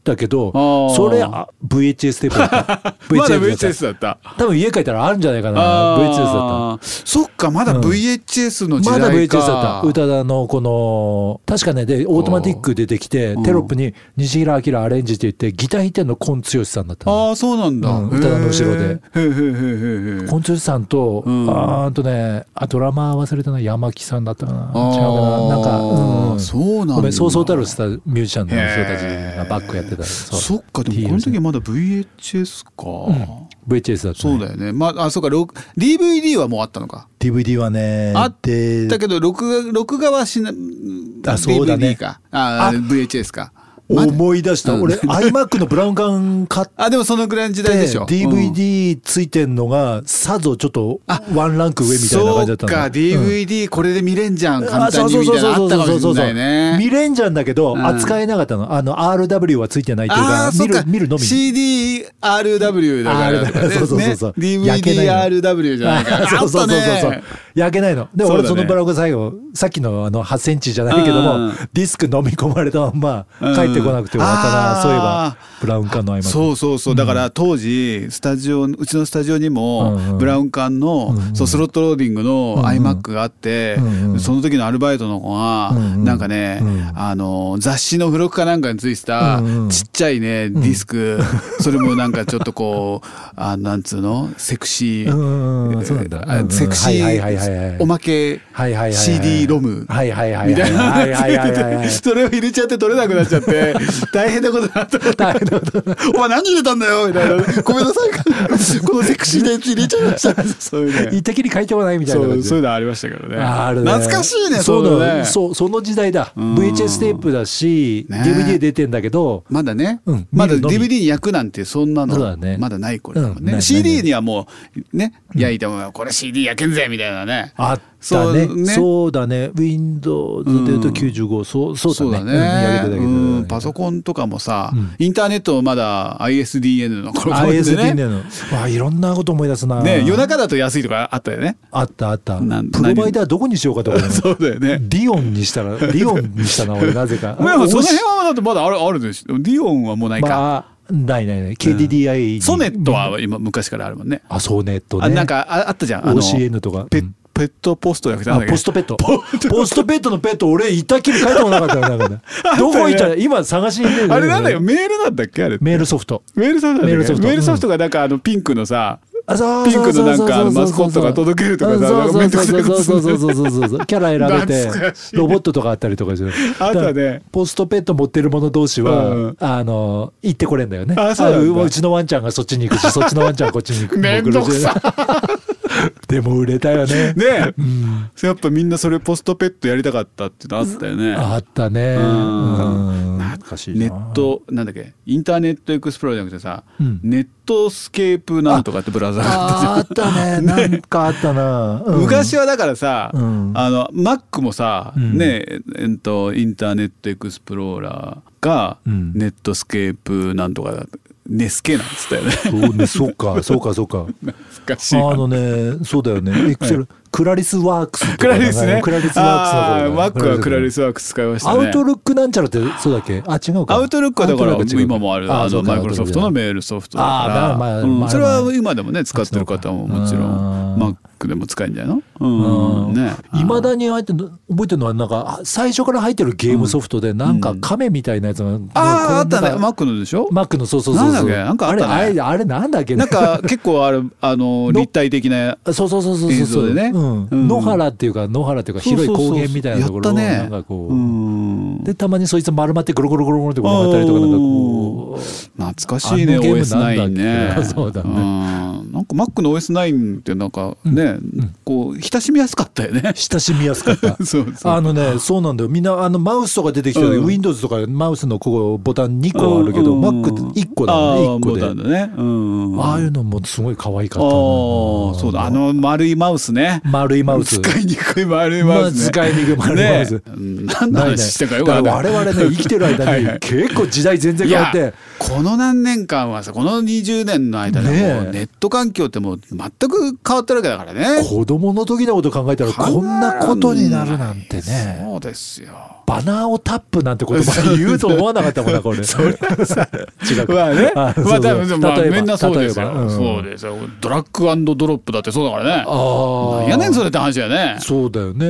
ったけど、それ ブイエイチエス テープだった。 まだ ブイエイチエス だった。 多分家帰ったらあるんじゃないかな。 ブイエイチエス だった。 そっか、まだ ブイエイチエス の時代か、 まだ ブイエイチエス だった。宇多田のこの確かね、でオートマティック出てきてテロップに西平明アレンジって言ってギター弾いてんの今剛さんだった。 ああ、そうなんだ。 宇多田の後ろで今剛さんと、 うん、 あーとね、あドラマ忘れたな、山木さんだったかな、違うかな、なんか、うん、 そうなんだ。 ごめん、そうそうたるスターミュージシャンの人たちがバックやってた。そ, そっか、でもこの時まだ ブイエイチエス か、うん、 ブイエイチエス だった、 ね、そうだよね。まあ、あ、そうか、ディーブイディー はもうあったのか。 ディーブイディー はねあったけど録画、録画はしな、 あ、そうだね、 ディーブイディー か、ああ ブイエイチエス か。 思い出した、うん、俺 iMac のブラウン管買ってあ、でもそのぐらいの時代でしょ。 ディーブイディー ついてんのがさぞちょっとワンランク上みたいな感じだったの。 そうか、 ディーブイディー これで見れんじゃん、簡単にみたいなのあったかもしれないね。 見れんじゃんだけど、うん、扱えなかったの。あの アールダブリュー はついてないっていうか、見る見るのみシーディーアールダブリュー だからとか、ね、 そうそうそうそう、 ディーブイディーアールダブリュー じゃないから。 そうそうそうそう、焼けないので、俺そのブラウン管最後さっきのあのはちセンチじゃないけども、ディスク飲み込まれたまんま帰ってこなくて終わったな。そういえばブラウン管の合間。 そうそうそう、だから当時スタジオ、うちのスタジオにもブラウン管の、うんうん、そうスロットローディングの iMac があって、うんうん、その時のアルバイトの子が、うんうん、なんかね、うん、あの雑誌の付録かなんかについてたちっちゃいね、うん、ディスク、うん、それもなんかちょっとこうあなんつうのセクシー、うんうん、そうなんだ、セクシーおまけ シーディー ロムみたいな、それを入れちゃって取れなくなっちゃって大変なことになった。大変なことお前何入れたんだよみたいな、ごめんなさいこのセクシーなやつ入れちゃいましたそういうね、 一滴に書いてもないみたいな感じで、 そういうのありましたけどね。 あるね、 懐かしいね。 そうだね、そう、その時代だ。 ブイエイチエス テープだし、ね、ディーブイディー 出てんだけどまだね、うん、まだ ディーブイディー に焼くなんてそんなのまだない頃だもんね、うん、シーディー にはもうね焼いてもこれ シーディー 焼けんぜみたいなね、 あったね。そうね、そうだね、 Windows でいうときゅうじゅうご、うん、そうそうだね、 そうだね、うん、うん、パソコンとかもさ、うん、インターネットもまだ アイエスディーエヌ の頃でね、 アイエスディーエヌ のあ、いろんなこと思い出すな、 ね、夜中だと安いとかあったよね。 あったあった。プロバイダーどこにしようかとか、ね、 そうだよね、 リオンにしたらリオンにしたな俺なぜかまあその辺はだってまだあるあるでしょ。リオンはもうないか、まあないないない、 ケーディーディーアイ、うん、 ソネットは今昔からあるもんね。 あ、ソネットね、 あ、なんか あ, あったじゃん、あのオーシーエヌ とかペ、ペットポストじゃなくてなんだっけ、 ポストペットポストペットのペット俺いたきり書いてもなかったよなんか、ね、どこ行ったら今探しに出る、 あれなんだよ、メールなんだっけあれ、 メールソフト、 メールソフト、メールソフト、メールソフトがなんかあのピンクのさ、ピンクのなんかマスコットが届けるとかさ、 そうそうそうそうそうそうそうそう、キャラ選べてロボットとかあったりとかして、 あったね。 ポストペット持ってる者同士はあの行ってこれんだよね。 あ、そうなんだ。 うちのワンちゃんがそっちに行くし、そっちのワンちゃんがこっちに行く。 めんどくさでも売れたよね。 ね、うん、やっぱみんなそれポストペットやりたかったっていうのあったよね。 あったね。うん、懐かしいな。 ネットなんだっけ、インターネットエクスプローラーじゃなくてさ、うん、ネットスケープなんとかってブラウザあったね。なんかあったな、 うん、昔はだからさ、うん、あの Mac もさ、うん、ねえっとインターネットエクスプローラーがネットスケープなんとかだったネスケなんつったよね。 そうね、そうかそうかそうか。 懐かしい。 あのね、そうだよね。エクセル、はい、クラリスワークスとか、 クラリスね。 クラリスワークスの頃、 マックはクラリスワークス使いましたね。 アウトルックなんちゃらってそうだっけ？あ、違うか。 アウトルックはだから今もあるあのマイクロソフトのメールソフトだから、あ、まあまあ、それは今でもね使ってる方ももちろんマックでも使えるんじゃないの？うんね。 未だに入って覚えてるのはなんか最初から入ってるゲームソフトでなんか亀みたいなやつが、うん、 あああったね。マックのでしょ？ マックのそうそうそうそう。 なんだっけ？なんかあったね。 あれあれなんだっけ？ なんか結構あるあの立体的なそうそうそうそう映像でね。 野原っていうか野原っていうか広い高原みたいなところをなんかこうでたまにそいつ丸まってゴロゴロゴロゴロって転がったりとかなんかこう懐かしいね オーエスナイン ね。 そうだね。 なんか Mac の オーエスナイン ってなんかねこう親しみやすかったよね。 親しみやすかった。そうそうあのねそうなんだよ。みんなあのマウスとか出てきて Windows とかマウスのここボタンにこあるけど Mac いっこだね。いっこでああいうのもすごい可愛かった。 そうだあの丸いマウスね。 丸いマウス使いにくい丸いマウスね。 使いにくい丸いマウス。 何の話してかよくわかんない。 我々ね生きてる間に結構時代全然変わって。 この何年間はさこのにじゅうねんの間でもうネット環境ってもう全く変わってるわけだからね。 子供の時のこと考えたらこんなことになるなんてね。 そうですよ。 バナーをタップなんて言葉言うと思わなかったもんなこれ。 それはさ違う。 まあね。 あまあ多分まあみんなそうですよ。 うん、 そうですよ。ドラッグ&ドロップだってそうだからね。 ああ。 いやねんそれって話だよね。 そうだよね。 うん、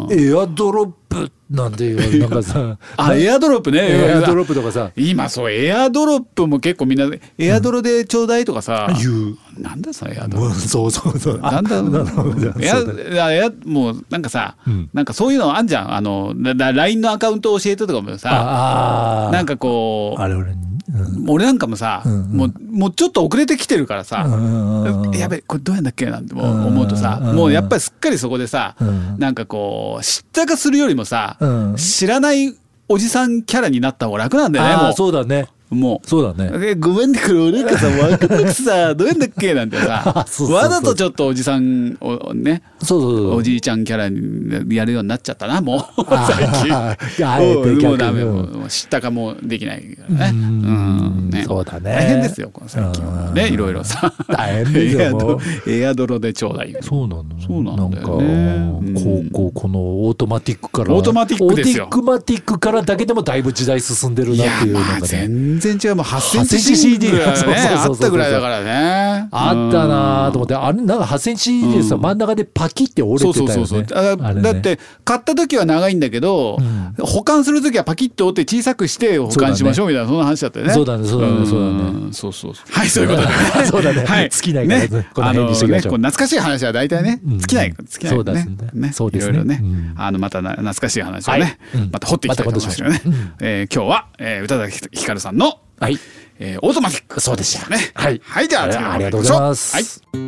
エアドロップなんていうなんかさあエアドロップね。 エアドロップとかさ今そうエアドロップも結構みんなエアドロでちょうだいとかさ、 うん、言うなんだそのエアドロップ。 そうそうそう。 なんだエアエアもうなんかさ、うん、なんかそういうのあんじゃん。あの ライン のアカウント教えてとかもさあなんかこうあれ俺うん、俺なんかもさ、うんうん、もうもうちょっと遅れてきてるからさ、うんうん、やべこれどうやんだっけなんて思うとさ、うんうん、もうやっぱりすっかりそこでさ、うん、なんかこう知ったかするよりもさ、うん、知らないおじさんキャラになった方が楽なんだよね。もうそうだね。 もうそうだね。 ごめんねこれ俺なんかさ分かんなくてさどうやんだっけなんてさそうそうそうわざとちょっとおじさんをねそうそうそうおじいちゃんキャラにやるようになっちゃったなもう最近もうダメもう知ったかもできないからね。うんねそうだね大変ですよこの最近はねいろいろさ大変ですよエアドロでちょうだい。そうなのそうなんだよね。 こうこのオートマティックからオートマティックですよ。 オートマティックからだけでもだいぶ時代進んでるなっていうのがね。 全然違うもうはちセンチ シーディー がねあったぐらいだからね。 あったなと思ってあれなんかはちセンチ シーディー でさ真ん中でパキって折れてたよね。そうそうそうああね、だって買った時は長いんだけど、うん、保管する時はパキッと折って小さくして保管しましょうみたいなそんな話だったよね。 そうだねそうだねそうだねそうそうそうはいそういうことでねそうだね、はい、尽きないから、ねね、この辺にしてきましょう。 あのね、懐かしい話は大体ね尽きない尽きないそうですねねそうですねいろいろね、 うん、あのまた懐かしい話をね、はい、また掘っていきたいと思いますよね。まうんえー、今日は、えー、宇多田ヒカルさんのはいえー、オートマティックそうでしたね。 はい、 はい、じゃあ次のありがとうございます。はい。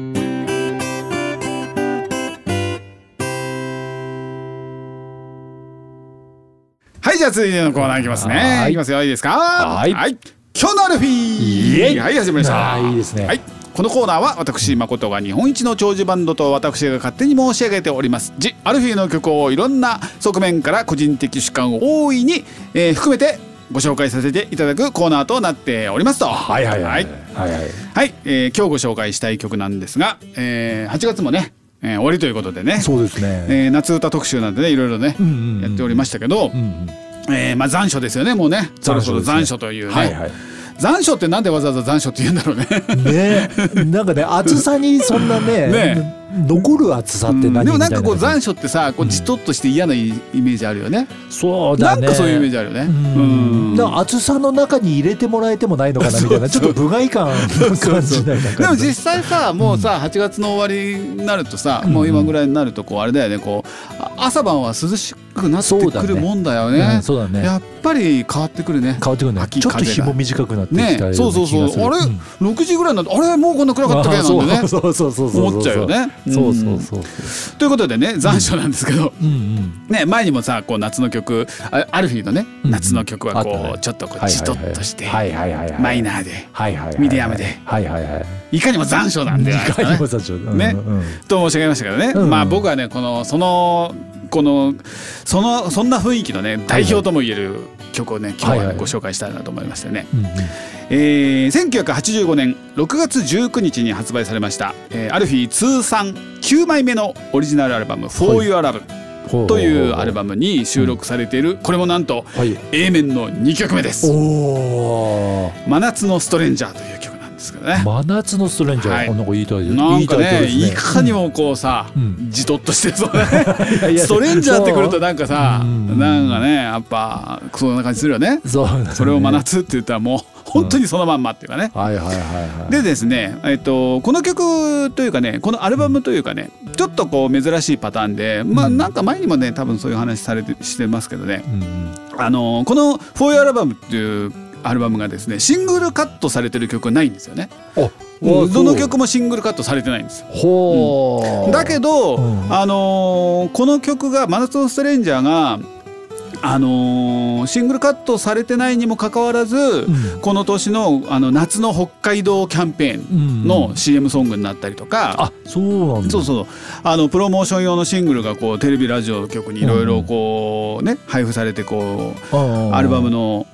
はい、じゃあ続いてのコーナーいきますね。はい、いきますよ。いいですか。 はい。 はい。今日のアルフィー。 イエイ。 はい、始まりました。 いいですね。 はい。このコーナーは私誠が日本一の長寿バンドと私が勝手に申し上げておりますジ・アルフィーの曲をいろんな側面から個人的主観を大いに、えー、含めてご紹介させていただくコーナーとなっておりますと。 はいはいはいはいはい、 はいえー、今日ご紹介したい曲なんですが、えー、はちがつもね、えー、終わりということでね。 そうですね、 えー、夏歌特集なんてねいろいろね、うんうんうん、やっておりましたけど、うんうんえーまあ、残暑ですよねもうねそろそろ残暑というね、はいはい残暑ってなんでわざわざ残暑って言うんだろうねねなんかね暑さにそんなねね残る暑さって何みたいな、うん、 でもなんかこう残暑ってさこうじとっとして嫌なイメージあるよね、 うん、そうだねなんかそういうイメージあるよね。うんうんだから暑さの中に入れてもらえてもないのかなみたいなちょっと不甲斐感の感じないでも実際さもうさはちがつの終わりになるとさ、うん、もう今ぐらいになるとこうあれだよねこう朝晩は涼しくなってくるもんだよね。 そうだね、うん、そうだねやっぱり変わってくるね。 変わってくるねちょっと日も短くなってきたような気がする、ね、 そうそうそうあれ、うん、ろくじぐらいになってあれもうこんな暗かったっけなんてねそうそうそうそう思っちゃうよね。 そうそうそうということでね残暑なんですけど、うんうんね、前にもさこう夏の曲アルフィーのね、うんうん、夏の曲はこう、ね、ちょっとこうじとっとしてマイナーでミディアムでいかにも残暑なんで、ね、いかにも残暑、うんうん、ねと申し上げましたけどね、うんうん、まあ僕はねこのそのこのそのそんな雰囲気のね代表ともいえる曲をね今日はご紹介したいなと思いましてね、うんうんえー、せんきゅうひゃくはちじゅうごねんろくがつじゅうくにちに発売されました、えー、アルフィー通算きゅうまいめのオリジナルアルバム For Your Love というアルバムに収録されているこれもなんと A 面のにきょくめです。お真夏のストレンジャーという曲なんですけどね。 真夏のストレンジャー、はい、なんかいいタイトルなんかねいいかにもこうさ、うん、じとっとしてそうねストレンジャーってくるとなんかさなんかねやっぱそんな感じするよね。そう、ね、それを真夏って言ったらもう本当にそのまんまっていうかね、うんはいはいはいはい、でですね、えっと、この曲というかねこのアルバムというかねちょっとこう珍しいパターンで、まあなんか前にもね多分そういう話されてしてますけどね、うん、あのこの For Your Love っていうアルバムがですねシングルカットされてる曲はないんですよね。うん、どの曲もシングルカットされてないんですよ。ほー、うん、だけど、うん、あのー、この曲が真夏のストレンジャーがあのー、シングルカットされてないにもかかわらず、うん、この年 の, あの夏の北海道キャンペーンの シーエム ソングになったりとか、うんうん、あそうなんだそうそうあのプロモーション用のシングルがこうテレビラジオ局にいろいろこうね配布されてこうアルバムの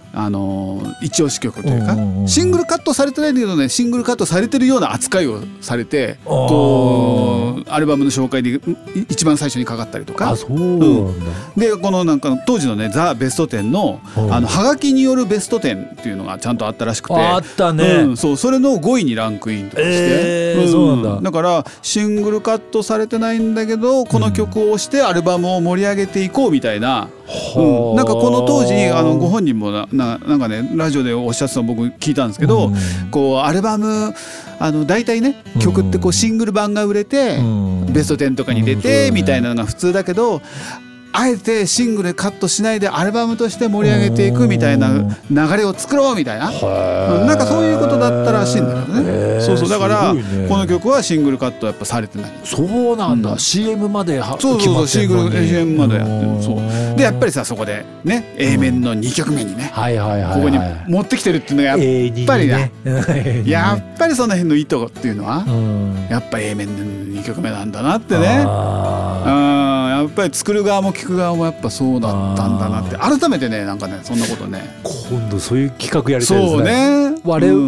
あの一押し曲というかシングルカットされてないんだけどねシングルカットされてるような扱いをされてこうアルバムの紹介で一番最初にかかったりとか。 あそうなんだ、うん、 でこのなんか当時のねザ・ベストテンのあのハガキによるベストテンっていうのがちゃんとあったらしくてあったね、 うん、そうそれのごいにランクインとかして、 えーうん、そうなんだ。 だからシングルカットされてないんだけどこの曲を押してアルバムを盛り上げていこうみたいな、うん、なんかこの当時あのご本人も な, な, なんかねラジオでおっしゃってたの僕聞いたんですけど、うん、こうアルバムあの大体ね曲ってこうシングル版が売れて、うん、ベストテンとかに出てみたいなのが普通だけど、あえてシングルカットしないでアルバムとして盛り上げていくみたいな流れを作ろうみたいな、なんかそういうことだったらしいんだよね。そうそうだからこの曲はシングルカットやっぱされてない。 そうなんだ、うん、シーエム まではそうそうそうシングル シーエム までやってる。そうでやっぱりさそこでね A 面のにきょくめにね、はいはいはいはい、ここに持ってきてるっていうのがやっぱりね、ねやっぱりその辺の意図っていうのは、うん、やっぱ A 面のにきょくめなんだなってね。あやっぱり作る側も聞く側もやっぱそうだったんだなって改めてねなんかねそんなことね今度そういう企画やりたいですね。 そうね我々、うん、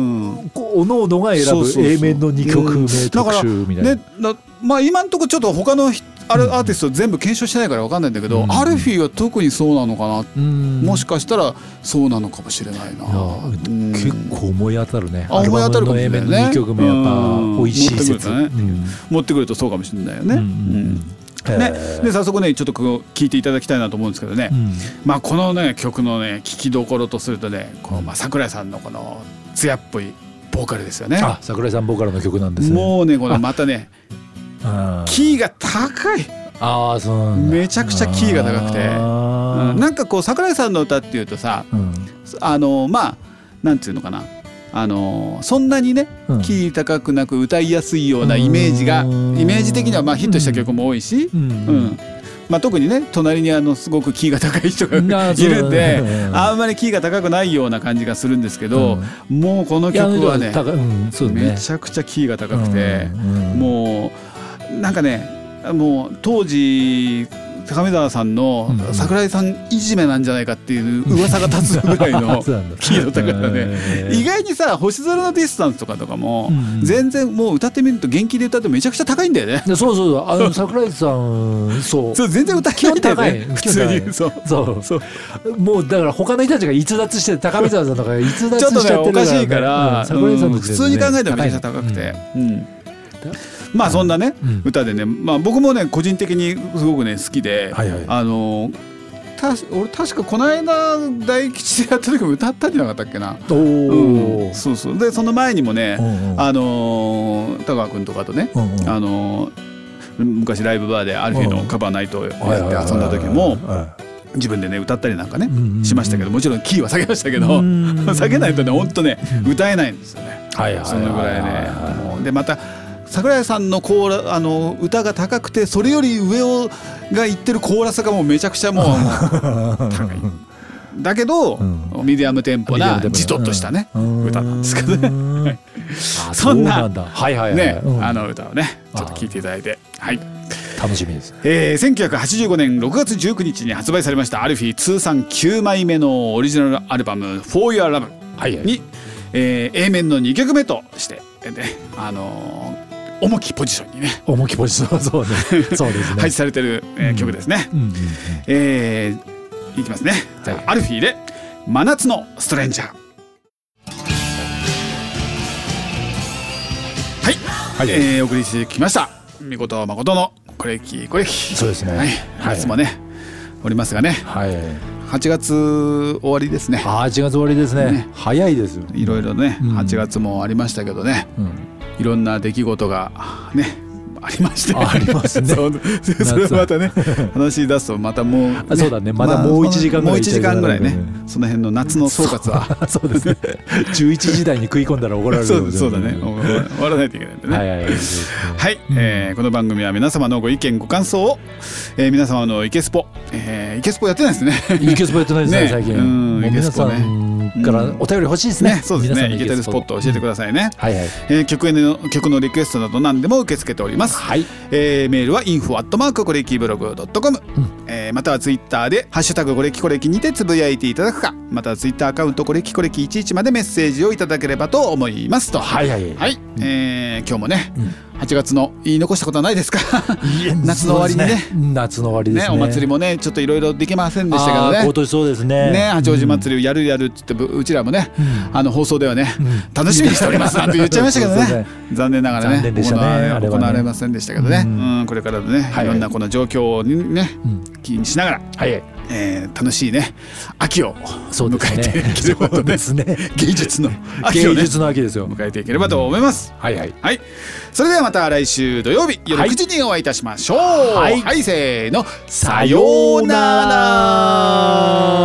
おのおのが選ぶ A 面のにきょくめ特集みたいな、うん、だからねまあ今のところちょっと他のアーティスト全部検証してないから分かんないんだけど、うん、アルフィーは特にそうなのかな、うん、もしかしたらそうなのかもしれないな。 うん、結構思い当たるね。 思い当たるかもしれないね。 A 面のにきょくめやっぱ美味しい説、 うん、持ってくるとそうかもしれないよね。うんうんね、で早速ねちょっと聞いていただきたいなと思うんですけどね、うん、まあこのね曲のね聴きどころとするとねこう、まあ、桜井さんのこの艶っぽいボーカルですよね。 あ桜井さんボーカルの曲なんですね。 もうねこのまたねキーが高い。 あそうなんだ。 めちゃくちゃキーが高くて、うん、なんかこう桜井さんの歌っていうとさ、うん、あのまあなんていうのかなあのそんなにね、うん、キー高くなく歌いやすいようなイメージがイメージ的にはまあヒットした曲も多いし、うんうんまあ、特にね隣にあのすごくキーが高い人がいるんであんまりキーが高くないような感じがするんですけど、うん、もうこの曲は ね, うんそうねめちゃくちゃキーが高くて、うんうん、もうなんかねもう当時高見沢さんの桜井さんいじめなんじゃないかっていう噂が立つぐらいのキーの高さで意外にさ星空のディスタンスとかとかも全然もう歌ってみると元気で歌ってめちゃくちゃ高いんだよね。 そうそうそうあの桜井さんそうそう全然歌えないんだよね普通に。そうそうそうもうだから他の人たちが逸脱して高見沢さんとか逸脱しちゃってるから、ね、 ちょっとねおかしいから、うん、桜井さん、ね、普通に考えたらめちゃくちゃ高くて、うんうんまあそんなね、うん、歌でね、まあ、僕もね個人的にすごくね好きで、はいはい、あのた俺確かこの間大吉でやった時も歌ったんじゃなかったっけな。お、うん、そうそうでその前にもねあの田川君とかとねあの昔ライブバーでアルフィーのカバーナイトをやって遊んだ時も自分でね歌ったりなんかねしましたけどもちろんキーは下げましたけど下げないとねほんとね歌えないんですよね。そのぐらいねもうでまた桜井さんのコーラあの歌が高くてそれより上をが言ってるコーラスがもうめちゃくちゃもう高いだけど、うん、ミディアムテンポなじとっとしたね、うん、歌なんですけどねそんなねあの歌をねちょっと聴いていただいてはい楽しみです、 えー、せんきゅうひゃくはちじゅうごねんろくがつじゅうくにちに発売されましたアルフィー通算きゅうまいめのオリジナルアルバム For Your Love に、はいはいえー、A 面のにきょくめとして、ね、あのー重きポジションにね重きポジションそうねそうですね配置されてる、えー、曲ですね、うんうんうんえー、いきますね、はい、アルフィーで真夏のストレンジャーはい、はいえー、お送りしてきましたみこと誠のこれきこれきそうですね、はい、 夏もね、はい、おりますがね、はい、はちがつ終わりですね。 はちがつ終わりですね、ね早いですよいろいろね、うん、はちがつもありましたけどね、うんいろんな出来事がねありましてありますねそうそれまたね話し出すとまたもう、ね、 あそうだねまだもういちじかんぐらい、まあ、 もういちじかんぐらいねその辺の夏の総括はそうですねじゅういちじ台に食い込んだら怒られるそうそうだね終わらないといけないんでねはい、はいはいはいえー、この番組は皆様のご意見ご感想を、えー、皆様のイケスポ、えー、イケスポやってないですねイケスポやってないですね最近うんイケスポねからお便り欲しいですね、 うん、そうですねイケてるスポットを教えてくださいね、うんはいはいえー、曲への曲のリクエストなど何でも受け付けております、はいえー、メールは インフォ アットマーク コレキブログ ドットコム、うんえーー、またはツイッターでハッシュタグコレキコレキにてつぶやいていただくか、またはツイッターアカウントコレキコレキいちいちまでメッセージをいただければと思いますと。 はいはい、 はいえー、今日もね、うんはちがつの言い残したことはないですか夏の終わりに ね, ね夏の終わりです ね, ねお祭りもねちょっといろいろできませんでしたけどね。 今年そうですねね八王子祭りをやるやるって言ってうちらもね、うん、あの放送ではね、うん、楽しみにしておりますなんて言っちゃいましたけどねね残念ながらね残念でしたねあれはね行われませんでしたけどね、うんうん、これからのね、はい、いろんなこの状況にね、うん、気にしながら、はいえー、楽しいね秋を迎えていければと ね, ね, ね芸術の秋を、ね、 芸術の秋ですよ迎えていければと思います、うん、はいはい、はい、それではまた来週土曜日夜くじにお会いいたしましょう。はい、はい、せーのさようなら。